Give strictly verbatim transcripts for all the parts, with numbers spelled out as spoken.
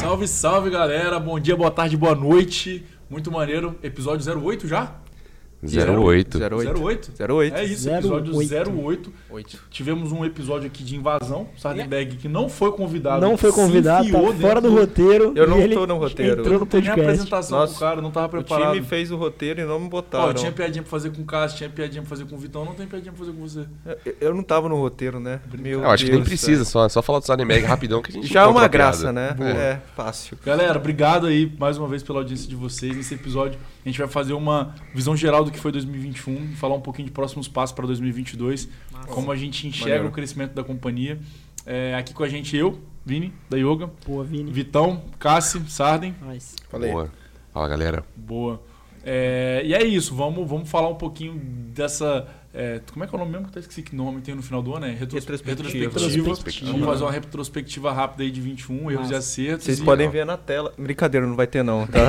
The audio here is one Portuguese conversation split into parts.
Salve, salve, galera. Bom dia, boa tarde, boa noite. Muito maneiro. Episódio zero oito já? zero oito. zero oito. zero oito. É isso, episódio zero oito. Tivemos um episódio aqui de invasão. Sardenberg, que não foi convidado. Não foi convidado, tá fora do roteiro. Eu não tô no roteiro. Entrou no Não tem nem podcast. apresentação Nossa, pro cara, não tava preparado. O time fez o roteiro e não me botaram. Ó, tinha piadinha pra fazer com o Cássio, tinha piadinha pra fazer com o Vitão, não tem piadinha pra fazer com você. Eu, eu não tava no roteiro, né? Meu Eu acho que nem Deus, precisa, cara. só, só falar do Sardenberg rapidão que a gente Já é encontra uma a piada. graça, né? Boa. É, fácil. Galera, obrigado aí mais uma vez pela audiência de vocês. Nesse episódio a gente vai fazer uma visão geral do que foi dois mil e vinte e um, falar um pouquinho de próximos passos para dois mil e vinte e dois, Nossa. como a gente enxerga Maneiro. o crescimento da companhia. É, aqui com a gente eu, Vini, da Yoga. Boa, Vini. Vitão, Cássio, Sarden. Nice. Boa. Fala, galera. Boa. É, e é isso, vamos, vamos falar um pouquinho dessa... É, como é que é o nome mesmo? Que eu até esqueci que nome tem no final do ano, é Retros... retrospectiva. retrospectiva. retrospectiva. Vamos fazer uma retrospectiva rápida aí de vinte e um, erros Nossa. e acertos. Vocês e... podem ver na tela. Brincadeira, não vai ter não, tá?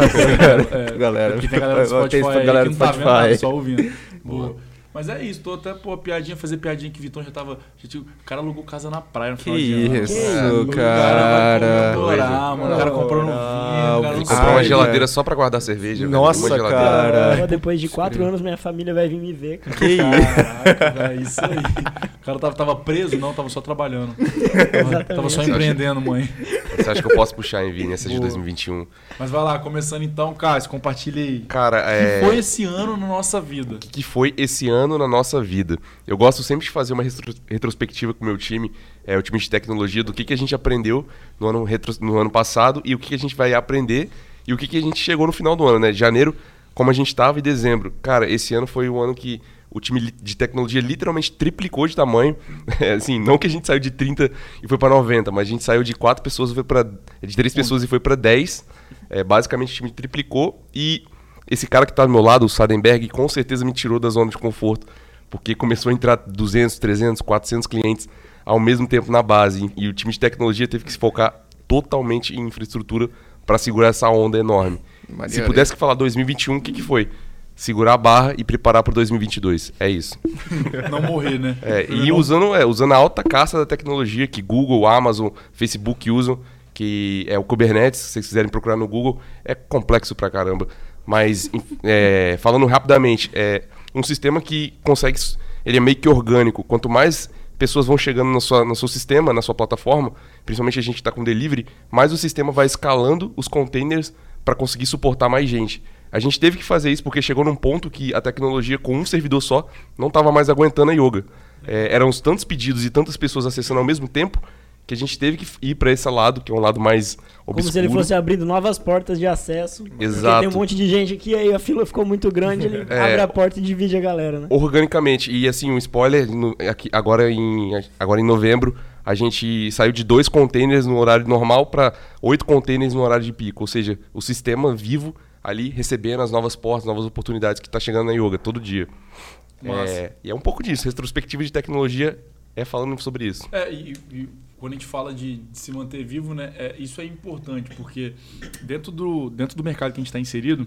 é, galera. Porque tem a galera do Spotify, Tem aí, galera que do não tá vendo Spotify. nada, só ouvindo. Boa. Mas é isso, tô até, pô, piadinha, fazer piadinha que o Vitão já tava... Já tinha, o cara alugou casa na praia no Que final de ano. isso, O cara. vai comemorar, mano. O cara comprou no vinho, o cara Ele não comprou sabe. uma Ai, geladeira velho. só pra guardar cerveja. velho. Nossa, Uma geladeira. cara. Pô, depois de quatro anos, minha família vai vir me ver, cara. Que isso? Caraca, velho, isso aí. O cara tava, tava preso? Não, tava só trabalhando. Tava, tava só empreendendo, mãe. Você acha que eu posso puxar em Vini essa de Boa. dois mil e vinte e um? Mas vai lá, começando então, Cássio, compartilha aí. Cara, O que é... foi esse ano na nossa vida? O que que foi esse ano na nossa vida? Eu gosto sempre de fazer uma retro- retrospectiva com o meu time, é, o time de tecnologia, do que, que a gente aprendeu no ano, retro- no ano passado e o que, que a gente vai aprender e o que, que a gente chegou no final do ano, né? Janeiro, como a gente estava, e dezembro. Cara, esse ano foi o ano que o time li- de tecnologia literalmente triplicou de tamanho. É, assim, não que a gente saiu de trinta e foi para noventa, mas a gente saiu de quatro pessoas e foi para de três pessoas e foi para dez. É, basicamente o time triplicou e esse cara que tá do meu lado, o Sardenberg, com certeza me tirou da zona de conforto, porque começou a entrar duzentos, trezentos, quatrocentos clientes ao mesmo tempo na base. E o time de tecnologia teve que se focar totalmente em infraestrutura para segurar essa onda enorme. Maneiro, se pudesse falar dois mil e vinte e um, o que, que foi? Segurar a barra e preparar para dois mil e vinte e dois. É isso. Não morrer, né? É, e usando, é, usando a alta caça da tecnologia que Google, Amazon, Facebook usam, que é o Kubernetes, se vocês quiserem procurar no Google, é complexo pra caramba. Mas, é, falando rapidamente, é um sistema que consegue, ele é meio que orgânico. Quanto mais pessoas vão chegando no, sua, no seu sistema, na sua plataforma, principalmente a gente que está com delivery, mais o sistema vai escalando os containers para conseguir suportar mais gente. A gente teve que fazer isso porque chegou num ponto que a tecnologia com um servidor só não estava mais aguentando a Yoga. É, eram tantos pedidos e tantas pessoas acessando ao mesmo tempo que a gente teve que ir para esse lado, que é um lado mais obscuro. Como se ele fosse abrindo novas portas de acesso. Exato. Porque tem um monte de gente aqui, aí a fila ficou muito grande, ele É. abre a porta e divide a galera, né? Organicamente. E assim, um spoiler, no- aqui, agora, em, agora em novembro, a gente saiu de dois containers no horário normal para oito containers no horário de pico. Ou seja, o sistema vivo ali recebendo as novas portas, novas oportunidades que está chegando na Yoga todo dia. Massa. É, e é um pouco disso. Retrospectiva de tecnologia é falando sobre isso. É, e, e quando a gente fala de, de se manter vivo, né, é, isso é importante, porque dentro do, dentro do mercado que a gente está inserido,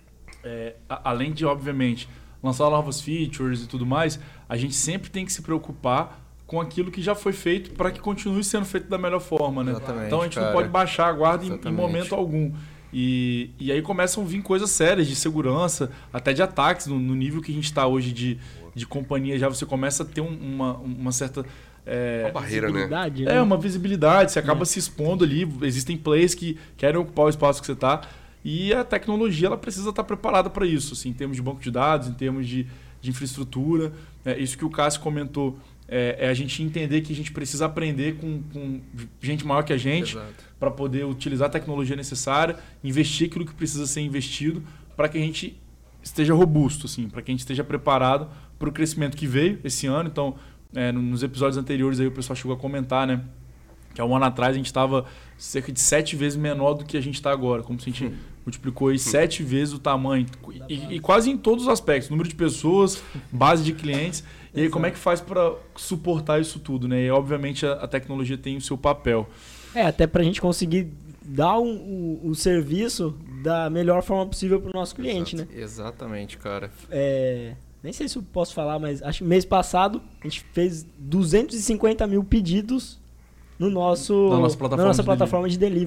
é, a, além de, obviamente, lançar novas features e tudo mais, a gente sempre tem que se preocupar com aquilo que já foi feito para que continue sendo feito da melhor forma, né? Exatamente, Então a gente cara. não pode baixar a guarda em, em Exatamente. momento algum. E, e aí começam a vir coisas sérias de segurança, até de ataques, no, no nível que a gente está hoje de, de companhia, já você começa a ter um- uma, uma certa... É, Uma barreira, né? Visibilidade, é, né? uma visibilidade, você acaba É. se expondo ali, existem players que querem ocupar o espaço que você está, e a tecnologia ela precisa estar preparada para isso, assim, em termos de banco de dados, em termos de, de infraestrutura. É, isso que o Cássio comentou, é, é a gente entender que a gente precisa aprender com, com gente maior que a gente, para poder utilizar a tecnologia necessária, investir aquilo que precisa ser investido, para que a gente esteja robusto, assim, para que a gente esteja preparado para o crescimento que veio esse ano. Então, é, nos episódios anteriores aí o pessoal chegou a comentar, né? Que há um ano atrás a gente estava cerca de sete vezes menor do que a gente está agora. Como se a gente multiplicou aí sete vezes o tamanho. E, e quase em todos os aspectos. Número de pessoas, base de clientes. E aí como é que faz para suportar isso tudo, né? E obviamente a, a tecnologia tem o seu papel. É, até pra gente conseguir dar um, o, o serviço da melhor forma possível pro nosso cliente, Exato. né? Exatamente, cara. É, nem sei se eu posso falar, mas acho que mês passado a gente fez duzentos e cinquenta mil pedidos no nosso, Na nossa plataforma na nossa de plataforma de delivery.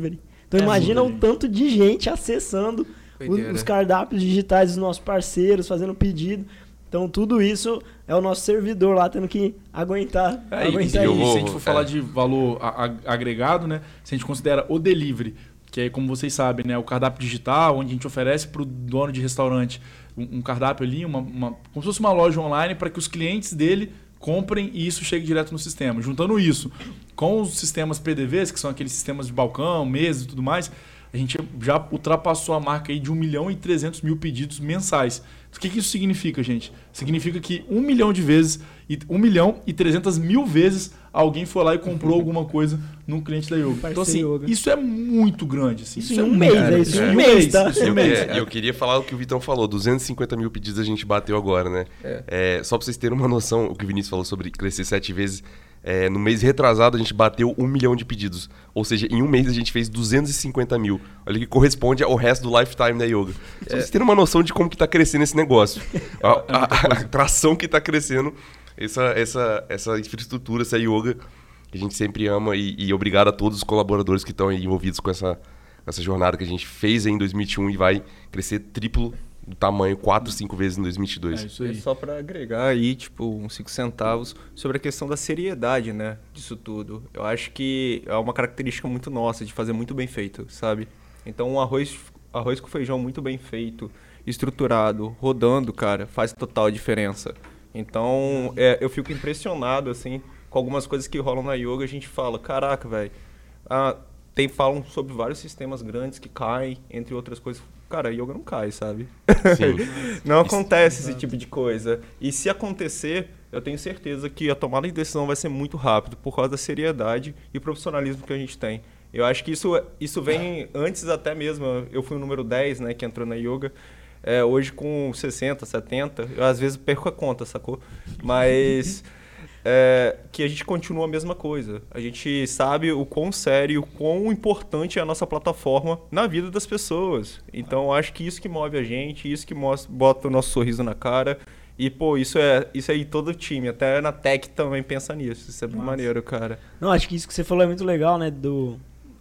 Então É imagina o muita tanto de gente acessando os, Doideira. os cardápios digitais dos nossos parceiros, fazendo pedido. Então tudo isso é o nosso servidor lá tendo que aguentar. É, e, aguentar e eu isso. vou- se a gente for é. falar de valor a- a- agregado, né? Se a gente considera o delivery, que é, como vocês sabem, né, o cardápio digital, onde a gente oferece para o dono de restaurante um, um cardápio ali, uma, uma, como se fosse uma loja online para que os clientes dele comprem e isso chegue direto no sistema. Juntando isso com os sistemas P D Vs, que são aqueles sistemas de balcão, mesas e tudo mais, a gente já ultrapassou a marca aí de um milhão e trezentos mil pedidos mensais. O que, que isso significa, gente? Significa que um milhão de vezes, e um milhão e trezentas mil vezes alguém foi lá e comprou alguma coisa num cliente da Yoga. Então, assim, Yoga. isso é muito grande. Assim, Isso em é um muito mês, grande. é isso em em um mês, tá? isso em E um eu, mês. queria- eu queria falar o que o Vitão falou, duzentos e cinquenta mil pedidos a gente bateu agora, né? É. É, só pra vocês terem uma noção, o que o Vinícius falou sobre crescer sete vezes, é, no mês retrasado a gente bateu um milhão de pedidos. Ou seja, em um mês a gente fez duzentos e cinquenta mil. Olha que corresponde ao resto do lifetime da Yoga. Só pra vocês terem uma noção de como que tá crescendo esse negócio. A, a, a atração que tá crescendo, essa, essa, essa infraestrutura, essa Yoga, que a gente sempre ama. E, e obrigado a todos os colaboradores que estão envolvidos com essa, essa jornada que a gente fez em dois mil e vinte e um e vai crescer triplo do tamanho, quatro, cinco vezes em dois mil e vinte e dois. É isso É aí. só pra agregar aí, tipo, uns cinco centavos sobre a questão da seriedade, né, disso tudo. Eu acho que é uma característica muito nossa de fazer muito bem feito, sabe? Então, um arroz, arroz com feijão muito bem feito, estruturado, rodando, cara, faz total diferença. Então, é, eu fico impressionado, assim, com algumas coisas que rolam na Yoga. A gente fala, caraca, velho, ah, tem, falam sobre vários sistemas grandes que caem, entre outras coisas. Cara, a Yoga não cai, sabe? Sim. Não acontece esse tipo de coisa. E se acontecer, eu tenho certeza que a tomada de decisão vai ser muito rápido por causa da seriedade e profissionalismo que a gente tem. Eu acho que isso, isso vem antes até mesmo. Eu fui o número dez, né, que entrou na Yoga. É, hoje com sessenta, setenta, eu às vezes perco a conta, sacou? Mas é, que a gente continua a mesma coisa. A gente sabe o quão sério, o quão importante é a nossa plataforma na vida das pessoas. Então, eu acho que isso que move a gente, isso que mostra, bota o nosso sorriso na cara. E, pô, isso é isso aí todo o time, até na Tech também pensa nisso. Isso é muito Massa. maneiro, cara. Não, acho que isso que você falou é muito legal, né? Do...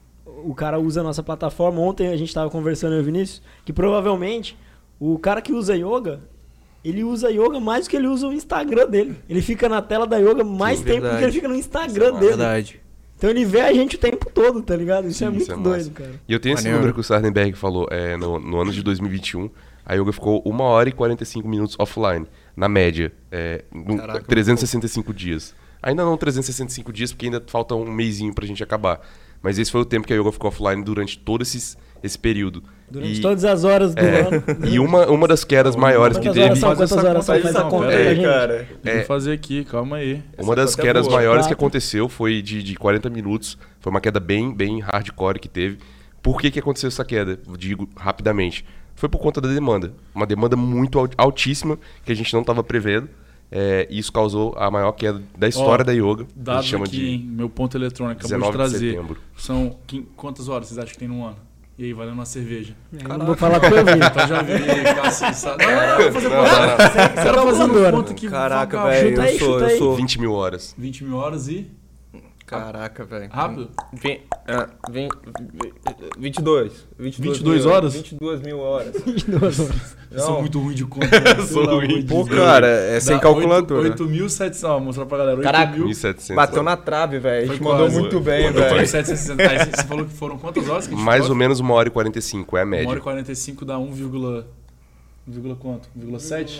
O cara usa a nossa plataforma. Ontem a gente estava conversando, eu e o Vinícius, que provavelmente o cara que usa Yoga, ele usa Yoga mais do que ele usa o Instagram dele. Ele fica na tela da Yoga mais Sim, tempo do verdade. que ele fica no Instagram Isso é dele. Verdade. Então ele vê a gente o tempo todo, tá ligado? Isso Sim, é muito isso é doido, massa. cara. E eu tenho esse Maneiro. número que o Sardenberg falou. É, no, no ano de dois mil e vinte e um, a Yoga ficou uma hora e quarenta e cinco minutos offline, na média. É, no, Caraca, trezentos e sessenta e cinco dias. Ainda não trezentos e sessenta e cinco dias, porque ainda falta um mesinho pra gente acabar. Mas esse foi o tempo que a Yoga ficou offline durante todo esses, esse período. Durante E- todas as horas do é, ano. E uma, uma das quedas maiores que Quantas teve... horas são? Faz Quantas essa horas são? conta Faz aí, essa não, conta pera aí, aí, gente. cara. Tem que fazer aqui, calma aí. Uma das conta é quedas boa. maiores que Quatro. aconteceu foi de, de quarenta minutos. Foi uma queda bem, bem hardcore que teve. Por que, que aconteceu essa queda? Digo rapidamente. Foi por conta da demanda. Uma demanda muito al- altíssima que a gente não estava prevendo. É, e isso causou a maior queda da história Ó, da Yoga. A Dados gente chama aqui, de hein? Meu ponto eletrônico, acabou de dezenove de trazer. setembro. São quin- quantas horas vocês acham que tem no ano? E aí, valendo uma cerveja. Eu não vou falar pro ouvinte. Então já vi, Cássio, sabe? Não, não, não, vou fazer Não, conta. não, não. Os caras fazendo calculadora. conta aqui. Caraca, vagal. velho, chuta eu aí, sou, chuta eu aí. sou vinte mil horas. vinte mil horas e... Caraca, velho. Rápido? Vem, ah, vem, vinte e dois. vinte e duas vinte e duas mil, horas? vinte e duas mil horas. Duas horas. Eu sou Não. muito ruim de conta. Né? Sou Pelo ruim. amor de Pô, Deus. cara, é sem Dá calculadora. oito mil e setecentos, ó, mostrar pra galera. Caraca, oito mil mil e setecentos. Bateu na trave, velho. A Foi gente mandou quase. muito bem, oito mil velho. e setecentos e sessenta. Aí Você falou que foram quantas horas que a gente Mais ficou? ou menos uma hora e quarenta e cinco, é a uma hora média. e quarenta e cinco dá um vírgula... um vírgula quanto? um vírgula sete?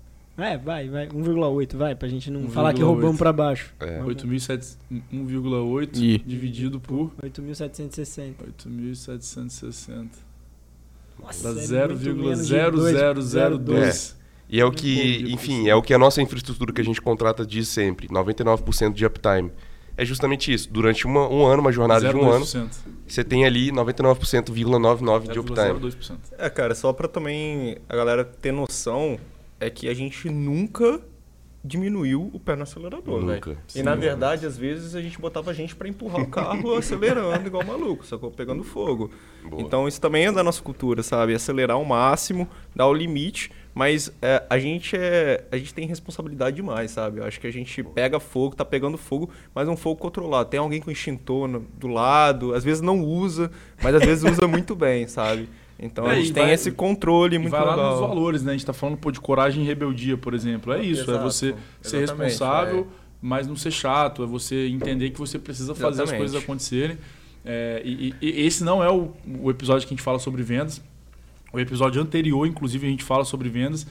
É, vai, vai. um vírgula oito, vai, pra gente não um falar que vírgula roubamos oito. pra baixo. É. oito mil e setecentos, um vírgula oito Ih. dividido por oito mil setecentos e sessenta. oito mil setecentos e sessenta. Nossa, Dá é zero muito vírgula menos de zero dois, zero zero dois. E é o Pouco que, de enfim, é o que a nossa infraestrutura que a gente contrata diz sempre, noventa e nove por cento de uptime. É justamente isso. Durante uma, um ano, uma jornada de um ano, você tem ali noventa e nove por cento, vírgula noventa e nove de zero vírgula zero uptime. dois por cento. É, cara, só pra também a galera ter noção, é que a gente nunca diminuiu o pé no acelerador, Nunca. velho. E Sim, na velho. verdade, às vezes a gente botava a gente pra empurrar o carro acelerando igual maluco, sacou? Pegando fogo. Boa. Então isso também é da nossa cultura, sabe? Acelerar ao máximo, dar o limite, Mas é, a, gente é, a gente tem responsabilidade demais, sabe? Eu acho que a gente pega fogo, tá pegando fogo, mas um fogo controlado. Tem alguém com extintor no, do lado, às vezes não usa, mas às vezes usa muito bem, sabe? Então É, a gente e tem vai- esse controle muito vai lá legal. nos valores, né? A gente tá falando pô, de coragem e rebeldia, por exemplo. É isso, é Exato, você ser exatamente, responsável, é. mas não ser chato, é você entender que você precisa fazer Exatamente. as coisas acontecerem. É, e, e- e esse não é o, o episódio que a gente fala sobre vendas. O episódio anterior, inclusive, a gente fala sobre vendas.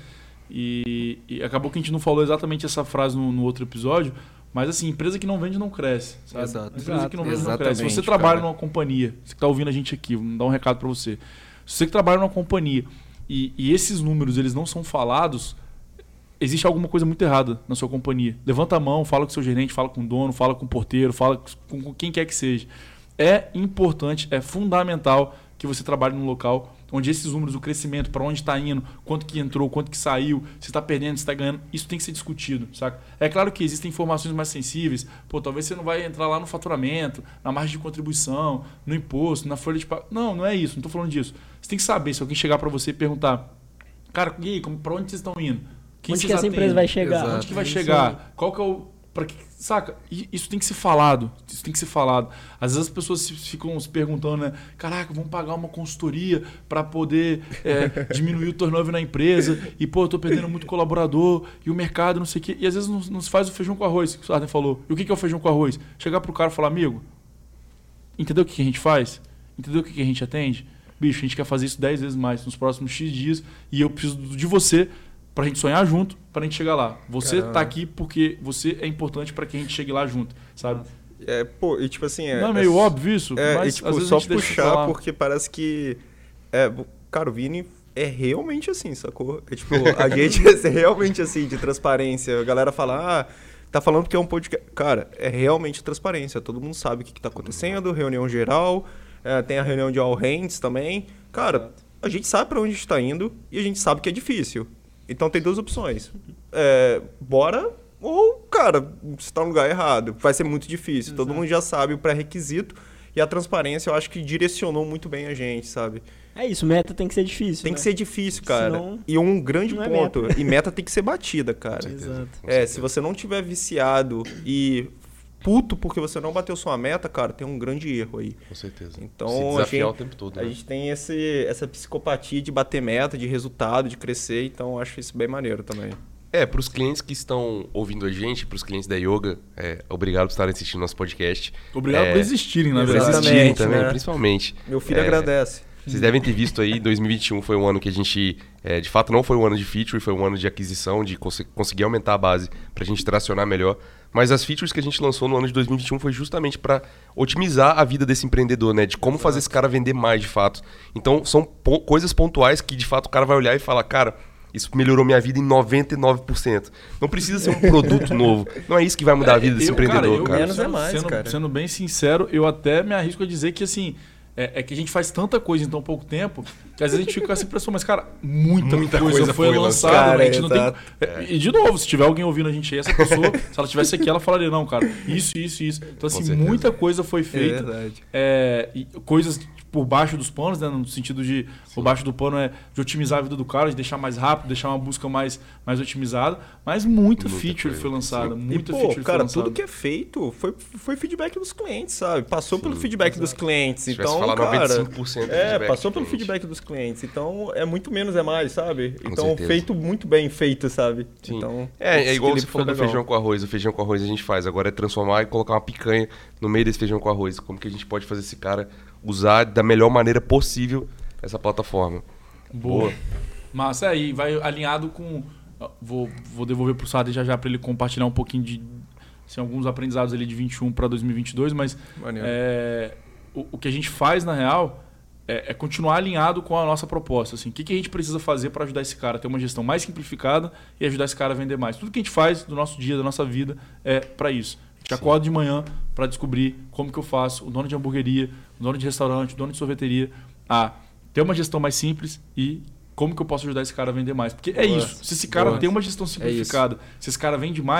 E, e acabou que a gente não falou exatamente essa frase no, no outro episódio. Mas assim, empresa que não vende não cresce. Sabe? Exato. Empresa que não vende não cresce. Se Exatamente, você trabalha cara. numa companhia, você que está ouvindo a gente aqui, vou dar um recado para você. Se você que trabalha numa companhia e, e esses números eles não são falados, existe alguma coisa muito errada na sua companhia. Levanta a mão, fala com o seu gerente, fala com o dono, fala com o porteiro, fala com, com quem quer que seja. É importante, é fundamental que você trabalhe num local onde esses números, o crescimento, para onde está indo, quanto que entrou, quanto que saiu, se está perdendo, se está ganhando, isso tem que ser discutido, saca? É claro que existem informações mais sensíveis, pô, talvez você não vai entrar lá no faturamento, na margem de contribuição, no imposto, na folha de pagamento. Não, não é isso, não estou falando disso. Você tem que saber, se alguém chegar para você e perguntar, cara, e aí, para onde vocês estão indo? Quem Onde vocês que essa atendem? empresa vai chegar? Exato. Onde que vai Isso chegar? Qual que é o... Pra que, saca? E isso tem que ser falado. Isso tem que ser falado. Às vezes as pessoas se- ficam se perguntando, né? Caraca, vamos pagar uma consultoria para poder é, diminuir o turnover na empresa. E, pô, eu tô perdendo muito colaborador. E o mercado, não sei o quê. E às vezes não, não se faz o feijão com arroz, que o Sarden falou. E o que que é o feijão com arroz? Chegar pro cara e falar, amigo, entendeu o que que a gente faz? Entendeu o que que a gente atende? Bicho, a gente quer fazer isso dez vezes mais nos próximos X dias. E eu preciso de você pra gente sonhar junto, pra gente chegar lá. Você Caramba. tá aqui porque você é importante pra que a gente chegue lá junto, sabe? É, pô, e tipo assim... É, Não é meio é, óbvio isso? É, mas e, tipo, às vezes só a gente deixa puxar, falar. porque parece que... É, cara, o Vini é realmente assim, sacou? É tipo, a gente é realmente assim, de transparência. A galera fala, ah, tá falando que é um podcast... Cara, é realmente transparência. Todo mundo sabe o que, que tá acontecendo, reunião geral, é, tem a reunião de all hands também. Cara, a gente sabe pra onde a gente tá indo e a gente sabe que é difícil. Então tem duas opções. É, bora ou, cara, você tá no lugar errado. Vai ser muito difícil. Todo mundo já sabe o pré-requisito. E a transparência eu acho que direcionou muito bem a gente, sabe? É isso, meta tem que ser difícil. Tem né? que ser difícil, cara. Senão, e um grande não é ponto. meta. E meta tem que ser batida, cara. Exato. Com É, certeza. se você não tiver viciado e puto porque você não bateu sua meta, cara, tem um grande erro aí. Com certeza. Então, Se a desafiar gente- o tempo todo. A né? gente tem esse, essa psicopatia de bater meta, de resultado, de crescer, então eu acho isso bem maneiro também. É, para os clientes que estão ouvindo a gente, para os clientes da Yoga, é, obrigado por estarem assistindo nosso podcast. Obrigado É, por existirem, na Por verdade. Exatamente, existirem também, né? principalmente. Meu filho É, agradece. Vocês devem ter visto aí, dois mil e vinte e um foi um ano que a gente, é, de fato, não foi um ano de feature, foi um ano de aquisição, de cons- conseguir aumentar a base para a gente tracionar melhor. Mas as features que a gente lançou no ano de dois mil e vinte e um foi justamente para otimizar a vida desse empreendedor, né? De como fazer esse cara vender mais, de fato. Então, são po- coisas pontuais que, de fato, o cara vai olhar e falar, cara, isso melhorou minha vida em noventa e nove por cento. Não precisa ser um produto novo. Não é isso que vai mudar a vida desse Eu, empreendedor, eu- cara. Menos é sendo, mais, sendo, cara. sendo bem sincero, eu até me arrisco a dizer que assim. É, é que a gente faz tanta coisa em tão pouco tempo que às vezes a gente fica com essa impressão, mas, cara, muita, Muita coisa, coisa foi foi lançada. lançada. Né? A gente não Cara, tem... é, E de novo, se tiver alguém ouvindo a gente aí, essa pessoa, se ela estivesse aqui, ela falaria, não, cara, isso, isso, isso. Então, assim, certeza. muita coisa foi É feita. verdade. É, e coisas por baixo dos panos, né? No sentido de por baixo do pano é de otimizar a vida do cara, de deixar mais rápido, deixar uma busca mais, mais otimizada. Mas muita, Muita feature coisa, foi lançada, sim. muita e, pô, feature foi cara, lançada. tudo que é feito foi, foi feedback dos clientes, sabe? Passou Sim, pelo feedback dos clientes. Se tivesse Então, falar cara, noventa e cinco por cento do é, feedback passou do pelo cliente. feedback dos clientes. Então, é muito menos é mais, sabe? Com Então, certeza. feito muito bem feito, sabe? Sim. Então, É, é esse igual você equilíbrio falou foi do legal. feijão com arroz. O feijão com arroz a gente faz. Agora é transformar e colocar uma picanha no meio desse feijão com arroz. Como que a gente pode fazer esse cara usar da melhor maneira possível essa plataforma? Boa. Massa, é, e vai alinhado com. Vou, vou devolver pro Sarden já já para ele compartilhar um pouquinho de assim, alguns aprendizados ali de vinte e um para dois mil e vinte e dois, mas Maneiro. é, o, o que a gente faz na real é, é continuar alinhado com a nossa proposta. Assim, o que, que a gente precisa fazer para ajudar esse cara a ter uma gestão mais simplificada e ajudar esse cara a vender mais? Tudo que a gente faz do nosso dia, da nossa vida, é para isso. A gente acorda de manhã para descobrir como que eu faço o dono de hamburgueria, o dono de restaurante, o dono de sorveteria a ter uma gestão mais simples e como que eu posso ajudar esse cara a vender mais. Porque é Boa. isso. Se esse cara Boa. tem uma gestão simplificada, se esse cara vende mais,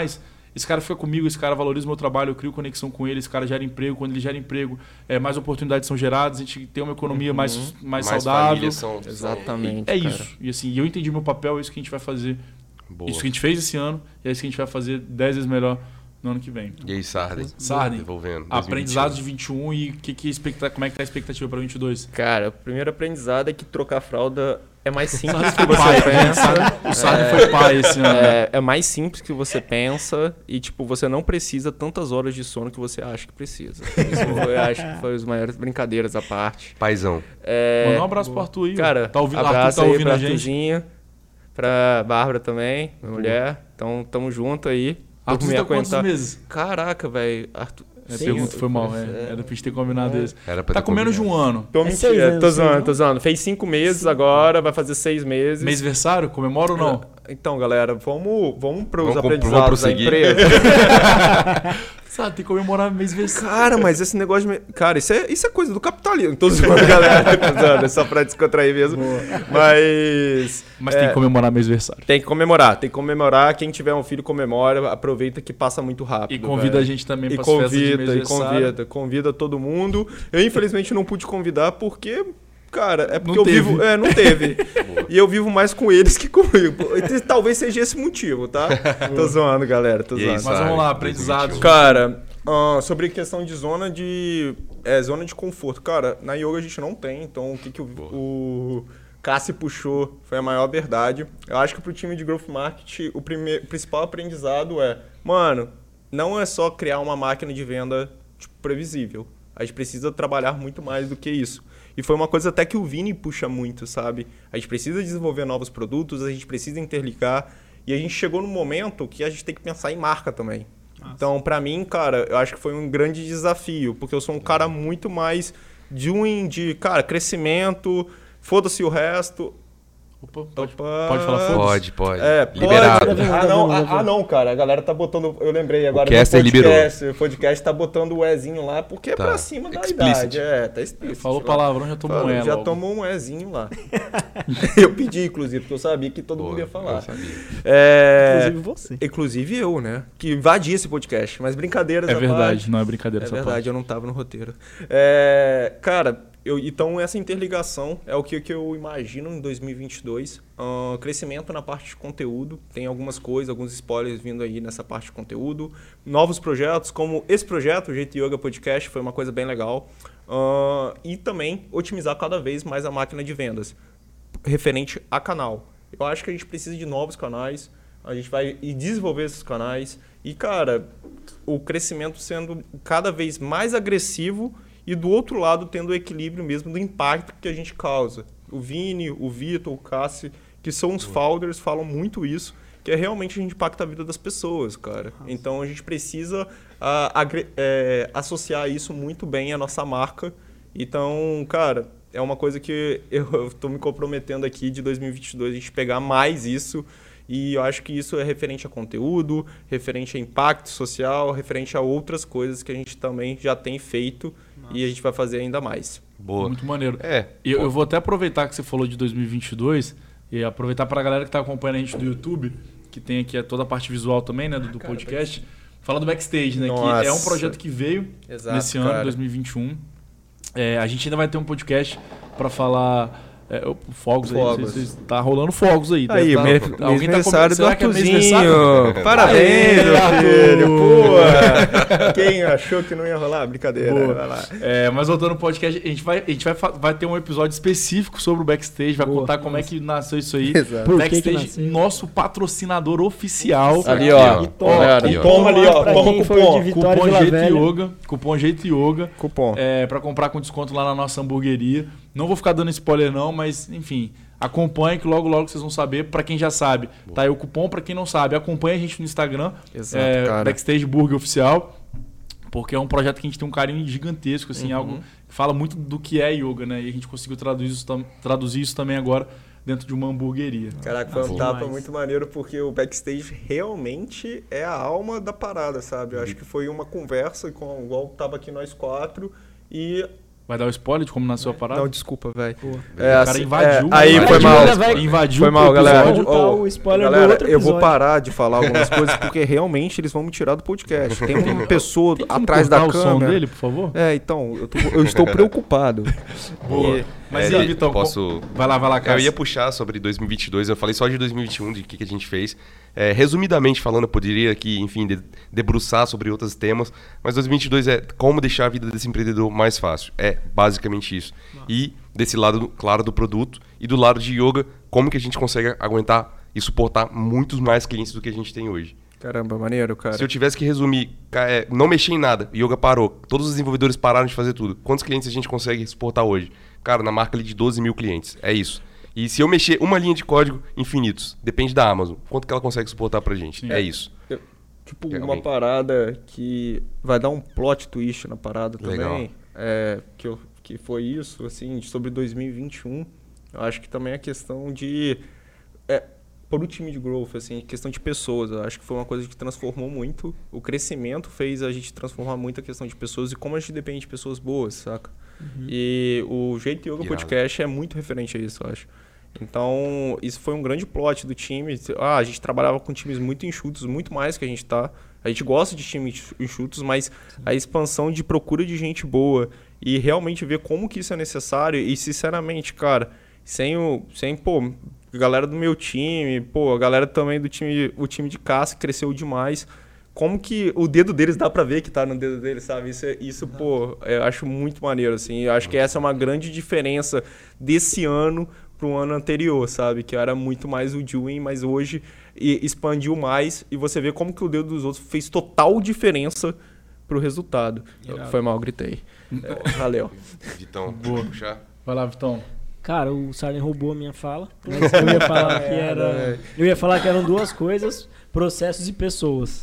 esse cara fica comigo, esse cara valoriza o meu trabalho, eu crio conexão com ele, esse cara gera emprego, quando ele gera emprego, é, mais oportunidades são geradas, a gente tem uma economia uhum. mais, mais, mais saudável. São, exatamente. É, é isso. E assim, eu entendi meu papel, é isso que a gente vai fazer. Boa. Isso que a gente fez esse ano, e é isso que a gente vai fazer dez vezes melhor no ano que vem. E aí, Sarden? Sarden, devolvendo. Aprendizados de vinte e um e que, que expecta, como é que tá a expectativa para vinte e dois? Cara, o primeiro aprendizado é que trocar fralda é mais simples que você pai, pensa. O Sarden é, foi pai esse ano. É, é mais simples que você pensa e, tipo, você não precisa tantas horas de sono que você acha que precisa. Isso eu acho que foi as maiores brincadeiras à parte. Paizão. É, Manda um abraço pro Arthur aí. Cara, tá ouvindo, abraço Arthur tá aí ouvindo pra a gente. Arthurzinha, pra Bárbara também, minha mulher. Então, tamo junto aí. Arthur tá quantos meses? Caraca, velho. Arthur... É, pergunta, foi mal, é. É. Era pra gente ter combinado É. isso. Era pra Tá ter com menos de um combinado. ano. Tô É seis mentindo, anos, tô seis, zoando, não? tô zoando. Fez cinco meses agora, vai fazer seis meses. Mêsversário? Comemora ou não? Então, galera, vamos, vamos pros Vamos com- aprendizados vamos da prosseguir. empresa. Sabe, tem que comemorar mêsversário. Cara, mas esse negócio de... me- Cara, isso é, isso é coisa do capitalismo. Tô zoando, galera. Tô zoando, é só pra descontrair mesmo. Mas... Mas é, tem que comemorar mêsversário. tem que comemorar. Tem que comemorar. Quem tiver um filho, comemora. Aproveita que passa muito rápido. E convida velho. a gente também E pras festas de convida, e mêsversário. convida. Convida todo mundo. Eu, infelizmente, não pude convidar porque... Cara, é porque Não eu teve. vivo... É, não teve. E eu vivo mais com eles que comigo. Talvez seja esse motivo, tá? Tô zoando, galera. Tô E aí, zoando. Mas vamos Sarden, lá, aprendizados. Cara, ah, sobre questão de zona de é, zona de conforto. Cara, na yoga a gente não tem, então o que, que o, o Cassi puxou foi a maior verdade. Eu acho que pro time de Growth Market o, primeir, o principal aprendizado é, mano, não é só criar uma máquina de venda tipo, previsível. A gente precisa trabalhar muito mais do que isso. E foi uma coisa até que o Vini puxa muito, sabe? A gente precisa desenvolver novos produtos, a gente precisa interligar. E a gente chegou num momento que a gente tem que pensar em marca também. Nossa. Então, pra mim, cara, eu acho que foi um grande desafio. Porque eu sou um cara muito mais de um de, cara, crescimento, foda-se o resto. Opa, pode, Opa. pode falar foda-se? Pode, pode. É, pode. Liberado. Ah não, ah, ah, não, cara. A galera tá botando. Eu lembrei agora. O Caster no podcast, liberou. O podcast tá botando o Ezinho lá porque Tá. é pra cima da Explicit. idade. É, tá explícito. Falou lá. palavrão, já tomou Falou, um E Já logo. tomou um Ezinho lá. Eu pedi, inclusive, porque eu sabia que todo Boa, mundo ia eu falar. sabia. É, Inclusive você. inclusive eu, né? Que invadi esse podcast. Mas brincadeiras É à verdade, parte. não é brincadeira É essa verdade, parte. eu não tava no roteiro. É, cara, eu, então essa interligação é o que, que eu imagino em dois mil e vinte e dois. Uh, crescimento na parte de conteúdo. Tem algumas coisas, alguns spoilers vindo aí nessa parte de conteúdo. Novos projetos, como esse projeto, o Jeito Yoga Podcast, foi uma coisa bem legal. Uh, e também otimizar cada vez mais a máquina de vendas referente a canal. Eu acho que a gente precisa de novos canais. A gente vai e desenvolver esses canais. E, cara, o crescimento sendo cada vez mais agressivo e do outro lado tendo o equilíbrio mesmo do impacto que a gente causa. O Vini, o Vitor, o Cassi, que são os founders, falam muito isso, que é realmente a gente impacta a vida das pessoas, cara. Nossa. Então a gente precisa uh, agre- é, associar isso muito bem à nossa marca. Então, cara, é uma coisa que eu estou me comprometendo aqui de dois mil e vinte e dois, a gente pegar mais isso. E eu acho que isso é referente a conteúdo, referente a impacto social, referente a outras coisas que a gente também já tem feito. Nossa. E a gente vai fazer ainda mais. Boa. Muito maneiro. É. E eu, eu vou até aproveitar que você falou de dois mil e vinte e dois e aproveitar para a galera que está acompanhando a gente do YouTube, que tem aqui toda a parte visual também, né, do, do cara, podcast. Falar do Backstage, né, Nossa. que é um projeto que veio Exato, nesse ano, cara. dois mil e vinte e um. É, a gente ainda vai ter um podcast para falar... É, o- fogos, Fogos. aí, vocês, vocês, tá rolando fogos aí. Aí, tá, mês alguém tá com- aniversário do será que é Arthurzinho. mêsversário? Parabéns, Aê, meu Arthur. filho. Pô, quem achou que não ia rolar? Brincadeira, Boa. vai lá. É, mas voltando ao podcast, a gente, vai, a gente vai, fa- vai ter um episódio específico sobre o Backstage, vai Boa. contar como é que nasceu isso aí. Exato. Por que que Backstage, nasceu? nosso patrocinador oficial. Ali, ó. E toma, Galera, e toma ali, ó. pra Toma quem o for de cupom. Vitória Cupom Vila Jeito Velha. Yoga. Cupom Jeito Yoga. Cupom. É, para comprar com desconto lá na nossa hamburgueria. Não vou ficar dando spoiler não, mas enfim, acompanhe que logo logo vocês vão saber. Para quem já sabe, tá aí o cupom. Para quem não sabe, acompanhe a gente no Instagram. Exato, é, cara. Backstage Burger Oficial. Porque é um projeto que a gente tem um carinho gigantesco, assim, Uhum. algo que fala muito do que é yoga, né? E a gente conseguiu traduzir isso, tam- traduzir isso também agora dentro de uma hamburgueria. Caraca, foi um Nossa, tapa demais. muito maneiro, porque o backstage realmente é a alma da parada, sabe? Eu acho que foi uma conversa, com, igual tava aqui nós quatro, e Vai dar o spoiler de como nasceu a parada? Não, desculpa, velho. É, o cara invadiu. É, aí foi mal. Vai, invadiu foi mal, galera. Oh, o spoiler galera, do outro eu vou episódio. parar de falar algumas coisas porque realmente eles vão me tirar do podcast. Tem uma pessoa Tem como atrás da cortar o câmera. som dele, por favor? É, então, eu, tô- eu estou preocupado. Boa. E- Mas É, e aí, Vitão? posso- Vai lá, vai lá, cara. Eu ia puxar sobre dois mil e vinte e dois, eu falei só de dois mil e vinte e um, de o que, que a gente fez. É, resumidamente falando, eu poderia aqui, enfim, de- debruçar sobre outros temas, mas dois mil e vinte e dois é como deixar a vida desse empreendedor mais fácil. É basicamente isso. E desse lado, claro, do produto e do lado de yoga, como que a gente consegue aguentar e suportar muitos mais clientes do que a gente tem hoje. Caramba, maneiro, cara. Se eu tivesse que resumir, ca- é, não mexer em nada, yoga parou, todos os desenvolvedores pararam de fazer tudo. Quantos clientes a gente consegue suportar hoje? Cara, na marca ali de doze mil clientes, é isso. E se eu mexer uma linha de código, infinitos. Depende da Amazon. Quanto que ela consegue suportar pra gente? Sim. É isso. Eu- tipo, Quer uma alguém? parada que vai dar um plot twist na parada Legal. também. É, que, eu, que foi isso, assim, sobre dois mil e vinte e um. Eu acho que também é questão de... É, por o time de growth, assim, questão de pessoas. Eu acho que foi uma coisa que transformou muito. O crescimento fez a gente transformar muito a questão de pessoas e como a gente depende de pessoas boas, saca? E o Jeito Yoga Irado. Podcast é muito referente a isso, eu acho. Então, isso foi um grande plot do time. Ah, a gente trabalhava com times muito enxutos, muito mais que a gente tá. A gente gosta de times enxutos, mas a expansão de procura de gente boa e realmente ver como que isso é necessário. E, sinceramente, cara, sem o... Sem, pô, a galera do meu time, pô, a galera também do time... O time de caça cresceu demais. Como que o dedo deles dá pra ver que tá no dedo deles, sabe? Isso, é- isso pô, eu acho muito maneiro, assim. Eu acho que essa é uma grande diferença desse ano pro ano anterior, sabe? Que era muito mais o doing, mas hoje e- expandiu mais e você vê como que o dedo dos outros fez total diferença pro resultado. Irado. Foi mal, gritei. É, valeu. Vitão, Boa. puxar. Vai lá, Vitão. Cara, o Sarden roubou a minha fala. Mas eu ia falar que era. Eu ia falar que eram duas coisas: processos e pessoas.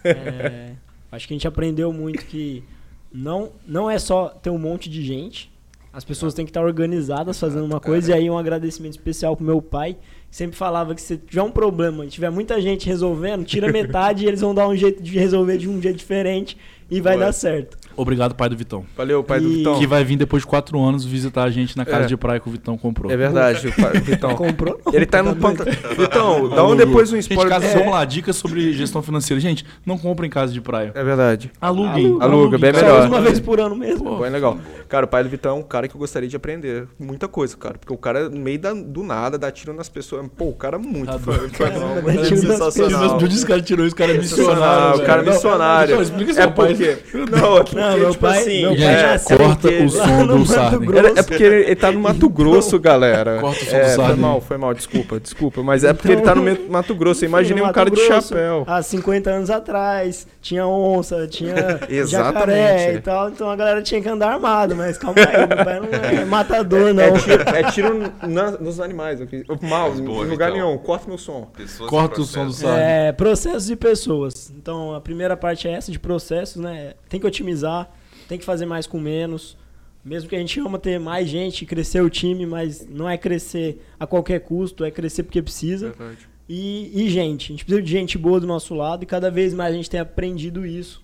É, acho que a gente aprendeu muito que não, não é só ter um monte de gente. As pessoas têm que estar organizadas fazendo uma coisa. E aí um agradecimento especial pro meu pai, que sempre falava que se tiver um problema e tiver muita gente resolvendo, tira metade e eles vão dar um jeito de resolver de um jeito diferente e vai Boa. dar certo. Obrigado, pai do Vitão. Valeu, pai do E- Vitão. Que vai vir depois de quatro anos visitar a gente na casa É. de praia que o Vitão comprou. É verdade, o pai- Vitão. Comprou? Não, Ele tá no doido. panta... Vitão, dá um depois um Gente, spoiler. casa, É, vamos lá, dicas sobre gestão financeira. Gente, não comprem casa de praia. é verdade. Aluguem. Aluga. Aluga, bem Só melhor. usa uma vez por ano mesmo. Pô, Bem legal. Cara, o pai do Vitão é um cara que eu gostaria de aprender muita coisa, cara. Porque o cara, no meio da- do nada, dá tiro nas pessoas. Pô, o cara é muito Tá foi- doido. foi- Caramba, foi dá tiro nas sensacional. De onde esse cara tirou? Esse cara é missionário. Sensacional, o cara é velho. missionário. Não, explica isso É ao pai. porque... Não, é porque, Não, meu tipo pai- assim... meu pai é, nasceu corta porque- o som Lá no do Mato Sarden. Grosso. É, é porque ele, ele tá no Mato Grosso, galera. Corta o som do é, foi Sarden. mal, foi mal, desculpa, desculpa. Mas é porque ele tá no Me- Mato Grosso. Eu imaginei No um Mato cara de Grosso, chapéu. Há cinquenta anos atrás, tinha onça, tinha Exatamente. jacaré e tal, então a galera tinha que andar armado, mas calma aí, meu pai não é matador, não. É tiro, é tiro na- nos animais. ok? Mal, Boa, em lugar Vitão. nenhum. Corta meu som. Pessoas Corta e o som do processos. Sarden. É, processos e pessoas. Então a primeira parte é essa de processos, né? Tem que otimizar, tem que fazer mais com menos. Mesmo que a gente ama ter mais gente, crescer o time, mas não é crescer a qualquer custo, é crescer porque precisa. E, e gente, a gente precisa de gente boa do nosso lado e cada vez mais a gente tem aprendido isso.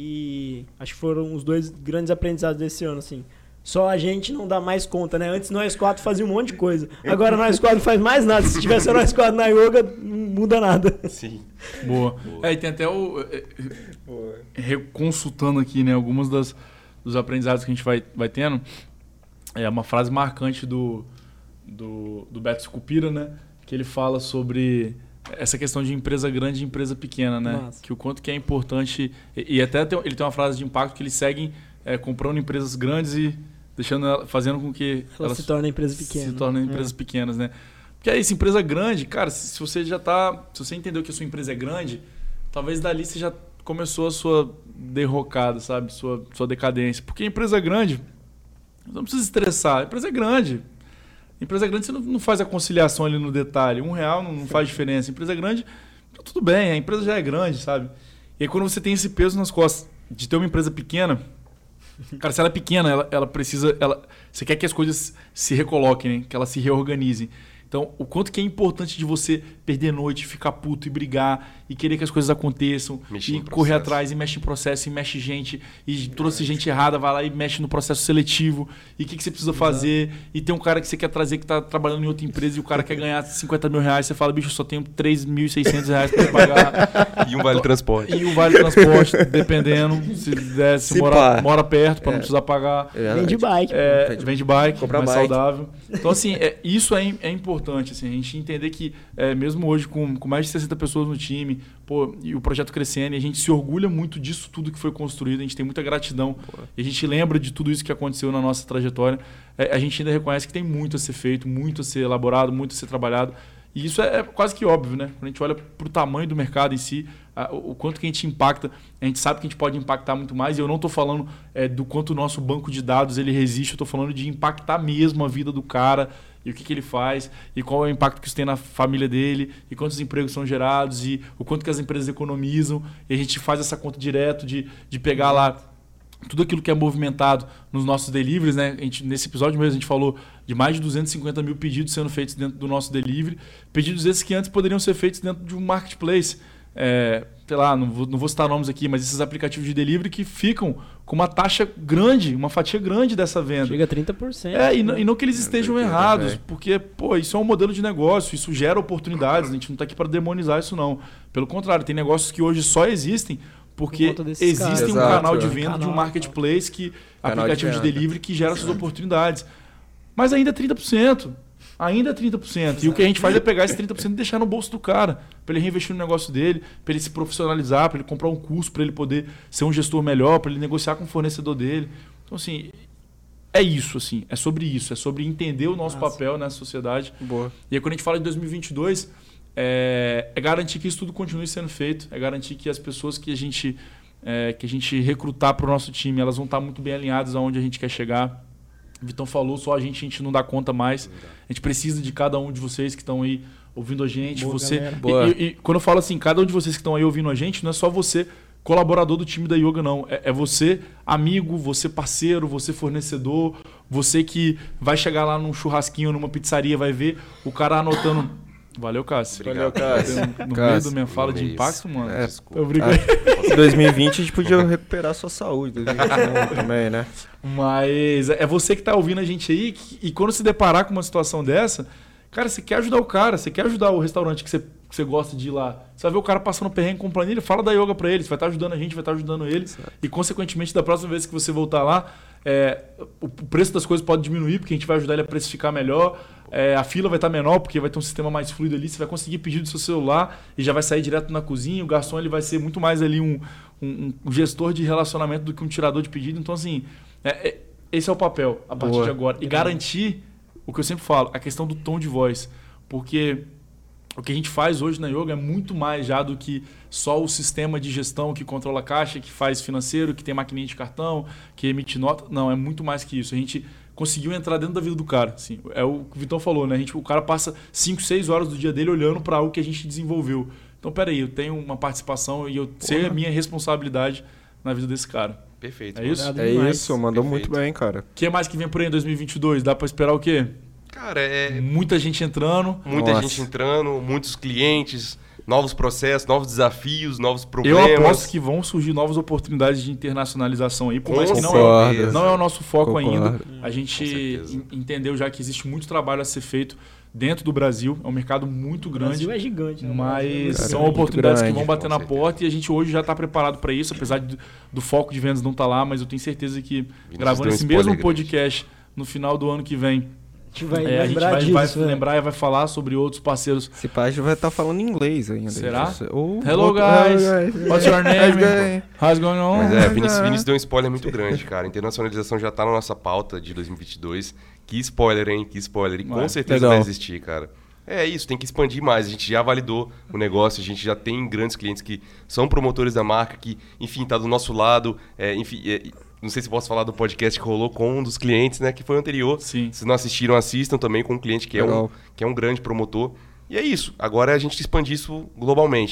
E acho que foram os dois grandes aprendizados desse ano, assim. Só a gente não dá mais conta, né? Antes nós quatro fazia um monte de coisa. Agora nós quatro faz mais nada. Se tivesse nós quatro na yoga, não muda nada. Sim. Boa. É, e tem até o. é, é, reconsultando aqui, né, algumas das, dos aprendizados que a gente vai, vai tendo. É uma frase marcante do, do, do Beto Scupira, né? Que ele fala sobre essa questão de empresa grande e empresa pequena, né? Massa. Que o quanto que é importante. E, e até tem, ele tem uma frase de impacto que eles seguem é, comprando empresas grandes e deixando ela, fazendo com que Ela elas se torna empresa pequena. se tornem É. empresas pequenas, né? Porque é isso, empresa grande, cara, se, se você já tá. Se você entendeu que a sua empresa é grande, talvez dali você já começou a sua derrocada, sabe? Sua, sua decadência. Porque empresa grande, você não precisa estressar. A empresa é grande. Empresa grande você não, não faz a conciliação ali no detalhe. Um real não, não faz diferença. Empresa grande, tá tudo bem, a empresa já é grande, sabe? E aí quando você tem esse peso nas costas de ter uma empresa pequena, cara, se ela é pequena, ela, ela precisa. Ela, você quer que as coisas se recoloquem, né? Que elas se reorganizem. Então, o quanto que é importante de você perder noite, ficar puto e brigar e querer que as coisas aconteçam, Mexer e em correr processo. atrás, e mexe em processo, e mexe gente, e trouxe gente errada, vai lá e mexe no processo seletivo, e o que, que você precisa fazer, e tem um cara que você quer trazer que está trabalhando em outra empresa e o cara quer ganhar cinquenta mil reais, você fala, bicho, eu só tenho três mil e seiscentos reais para pagar. E um vale transporte. E o vale transporte, dependendo, se, der, se, Se mora, pá. mora perto para É. não precisar pagar. É, Vem de bike. É, Vende- vende bike, compra mais bike. saudável. Então, assim, é, isso é, é importante, assim, a gente entender que, é, mesmo hoje, com, com mais de sessenta pessoas no time, pô, e o projeto crescendo, e a gente se orgulha muito disso tudo que foi construído, a gente tem muita gratidão, e a gente lembra de tudo isso que aconteceu na nossa trajetória. É, a gente ainda reconhece que tem muito a ser feito, muito a ser elaborado, muito a ser trabalhado. E isso é, é quase que óbvio, né? Quando a gente olha para o tamanho do mercado em si, a, o, o quanto que a gente impacta, a gente sabe que a gente pode impactar muito mais. E eu não estou falando é, do quanto o nosso banco de dados ele resiste, eu estou falando de impactar mesmo a vida do cara e o que, que ele faz, e qual é o impacto que isso tem na família dele, e quantos empregos são gerados, e o quanto que as empresas economizam. E a gente faz essa conta direto de, de pegar lá tudo aquilo que é movimentado nos nossos deliveries, né? A gente, nesse episódio mesmo a gente falou de mais de duzentos e cinquenta mil pedidos sendo feitos dentro do nosso delivery. Pedidos esses que antes poderiam ser feitos dentro de um marketplace. É, sei lá, não vou, não vou citar nomes aqui, mas esses aplicativos de delivery que ficam com uma taxa grande, uma fatia grande dessa venda. Chega a trinta por cento. É, e não, e não que eles estejam doideira, errados, velho. porque, pô, isso é um modelo de negócio, isso gera oportunidades, a gente não está aqui para demonizar isso não. Pelo contrário, tem negócios que hoje só existem porque Por conta desses existe caras. um Exato, canal de é. venda de um Canal. marketplace, que Canal de aplicativo de, venda. delivery que gera essas oportunidades. Mas ainda é trinta por cento. Ainda é trinta por cento. E o que a gente faz é pegar esse trinta por cento e deixar no bolso do cara, para ele reinvestir no negócio dele, para ele se profissionalizar, para ele comprar um curso, para ele poder ser um gestor melhor, para ele negociar com o fornecedor dele. Então, assim, é isso, assim, é sobre isso, é sobre entender o nosso Nossa. papel nessa sociedade. Boa. E aí, quando a gente fala de dois mil e vinte e dois, é, é garantir que isso tudo continue sendo feito, é garantir que as pessoas que a gente, é, que a gente recrutar para o nosso time, elas vão estar muito bem alinhadas aonde a gente quer chegar. O Vitão falou, só a gente, a gente não dá conta mais. A gente precisa de cada um de vocês que estão aí ouvindo a gente. Boa, você galera. e, Boa. e- e quando eu falo assim, cada um de vocês que estão aí ouvindo a gente, não é só você, colaborador do time da Yoga, não. É, é você, amigo, você parceiro, você fornecedor, você que vai chegar lá num churrasquinho, numa pizzaria, vai ver o cara anotando. Valeu, Cássio. Valeu, Obrigado. Cássio. No meio Cássio. da minha fala de Isso. impacto, mano. É, Eu brigo. Em dois mil e vinte a gente podia recuperar a sua saúde. dois mil e vinte e um também, né? Mas é você que tá ouvindo a gente aí que- e quando se deparar com uma situação dessa, cara, você quer ajudar o cara, você quer ajudar o restaurante que você, que você gosta de ir lá. Você vai ver o cara passando perrengue com planilha, fala da Yoga pra ele, você vai estar ajudando a gente, vai estar ajudando ele. E consequentemente, da próxima vez que você voltar lá, é, o o preço das coisas pode diminuir, porque a gente vai ajudar ele a precificar melhor. É, a fila vai estar menor, porque vai ter um sistema mais fluido ali. Você vai conseguir pedir do seu celular e já vai sair direto na cozinha. O garçom ele vai ser muito mais ali um, um- um gestor de relacionamento do que um tirador de pedido. Então, assim, é- é- esse é o papel a partir Boa. de agora. E garantir o que eu sempre falo, a questão do tom de voz. Porque o que a gente faz hoje na Yoga é muito mais já do que só o sistema de gestão que controla a caixa, que faz financeiro, que tem maquininha de cartão, que emite nota. Não, é muito mais que isso. A gente conseguiu entrar dentro da vida do cara. Assim, é o que o Vitão falou, né? A gente, o cara passa cinco, seis horas do dia dele olhando para algo que a gente desenvolveu. Então, peraí, eu tenho uma participação e eu sei a minha responsabilidade na vida desse cara. Perfeito. É isso? Obrigado É demais. isso, mandou Perfeito. muito bem, cara. O que mais que vem por aí em dois mil e vinte e dois? Dá para esperar o quê? Cara, é Muita gente entrando. muita Nossa. gente entrando, muitos clientes, novos processos, novos desafios, novos Eu problemas. aposto que vão surgir novas oportunidades de internacionalização aí, por Com mais que não é, certeza. não é o nosso foco Concordo. ainda. A Com gente certeza. en- entendeu já que existe muito trabalho a ser feito dentro do Brasil. É um mercado muito O grande. Brasil é gigante, né? Mas Cara, são é muito oportunidades que grande, vão bater com na certeza. porta e a gente hoje já está preparado para isso, apesar de- do foco de vendas não estar lá, mas eu tenho certeza que gravando deu um esse spoiler mesmo grande. podcast no final do ano que vem, A gente vai é, a gente lembrar vai, disso. vai né? lembrar e vai falar sobre outros parceiros. Esse pai já vai estar falando inglês ainda. Será? Ou- Hello, ou- guys. Hello, guys. What's your name? guys. How's going on? Mas é, Ah, Vinícius, já. Vinícius deu um spoiler muito grande, cara. A internacionalização já tá na nossa pauta de dois mil e vinte e dois. Que spoiler, hein? Que spoiler. E com Ué, certeza legal. vai existir, cara. É isso, tem que expandir mais. A gente já validou o negócio, a gente já tem grandes clientes que são promotores da marca, que, enfim, tá do nosso lado. É, enfim, é, não sei se posso falar do podcast que rolou com um dos clientes, né? Que foi o anterior. Sim. Se não assistiram, assistam também com um cliente que é um, Legal. que é um grande promotor. E é isso. Agora é a gente expandir isso globalmente, né?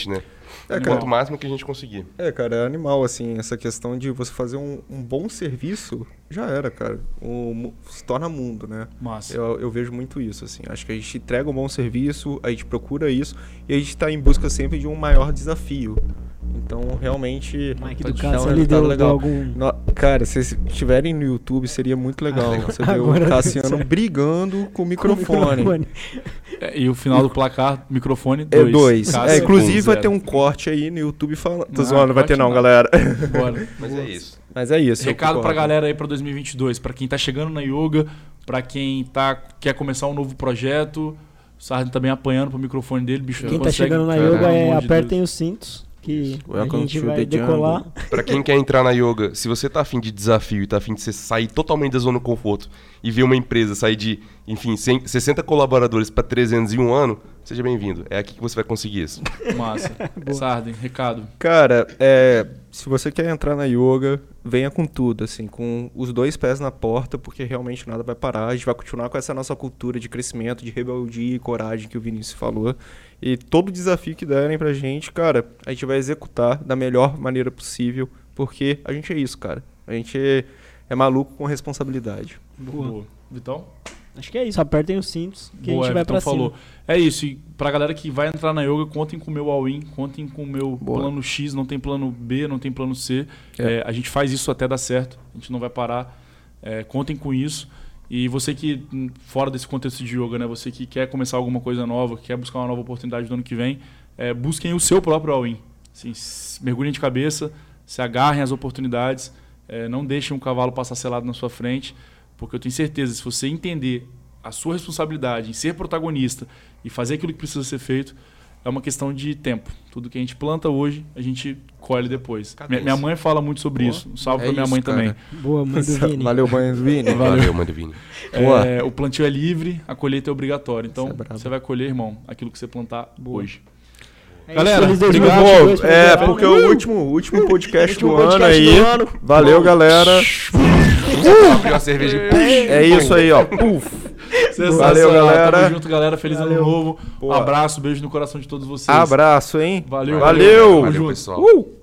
É, cara. Quanto máximo que a gente conseguir. É, cara, é animal, assim, essa questão de você fazer um, um bom serviço, já era, cara. O, mu- se torna mundo, né? Massa. Eu, eu vejo muito isso, assim. Acho que a gente entrega um bom serviço, a gente procura isso, e a gente tá em busca sempre de um maior desafio. Então, realmente, O Mike pra do te dar Cássio, um ele resultado deu, deu legal. algum... No- cara, se vocês estiverem no YouTube, seria muito legal. Você vê Agora- o Cassiano brigando com o microfone. microfone. É, e o final do placar, microfone, É dois. dois. Cássio, É, inclusive um, vai zero. ter um corte aí no YouTube falando. Tô Não, zoando, não vai corte ter não, não. galera. Bora. Mas é isso. Mas é isso. eu Recado pra concordo. galera aí pra dois mil e vinte e dois, pra quem tá chegando na yoga, pra quem tá, quer começar um novo projeto. O Sarden também apanhando pro microfone dele, bicho. Quem não tá consegue, chegando na cara, yoga pelo é amor de apertem Deus. os cintos, que a Welcome gente to vai the decolar. Pra quem quer entrar na yoga, se você tá afim de desafio e tá afim de você sair totalmente da zona de conforto e ver uma empresa sair de, enfim, cem, sessenta colaboradores pra trezentos em um ano, seja bem-vindo. É aqui que você vai conseguir isso. Massa. Sarden, recado. Cara, é, se você quer entrar na yoga, venha com tudo, assim, com os dois pés na porta, porque realmente nada vai parar. A gente vai continuar com essa nossa cultura de crescimento, de rebeldia e coragem que o Vinícius falou. E todo desafio que derem pra gente, cara, a gente vai executar da melhor maneira possível, porque a gente é isso, cara. A gente é, é maluco com responsabilidade. Boa. Boa. Vitão? Acho que é isso, apertem os cintos que Boa, a gente vai Everton pra falou. cima. É isso. E pra galera que vai entrar na yoga, contem com o meu all-in, contem com o meu Boa. plano X, não tem plano B, não tem plano C. É. É, a gente faz isso até dar certo. A gente não vai parar. É, contem com isso. E você que, hum, fora desse contexto de yoga, né? Você que quer começar alguma coisa nova, que quer buscar uma nova oportunidade do ano que vem, é, busquem o seu próprio all-in. Assim, s- mergulhem de cabeça, se agarrem às oportunidades, é, não deixem um cavalo passar selado na sua frente, porque eu tenho certeza, se você entender a sua responsabilidade em ser protagonista e fazer aquilo que precisa ser feito, é uma questão de tempo. Tudo que a gente planta hoje, a gente colhe depois. Minha, minha mãe fala muito sobre Boa. isso. Um salve É pra minha isso, mãe cara. também. Boa, mãe do Vini. Valeu, banho do Vini. Valeu, mano Vini. Boa. É, o plantio é livre, a colheita é obrigatória. Então, Isso é brabo. você vai colher, irmão, aquilo que você plantar Boa. hoje. É Galera, isso, feliz obrigado. dois mil e vinte e dois Pô, pra é, geral. porque o último, último podcast Último do ano podcast aí. do ano. Valeu, galera. Abriu uma cerveja e É isso aí, ó. Puf. Sensacional. Valeu, galera. Tamo junto, galera. Feliz Valeu. ano novo. Um Boa. abraço, beijo no coração de todos vocês. Abraço, hein? Valeu. Valeu. Tamo Valeu, junto. pessoal. Uh!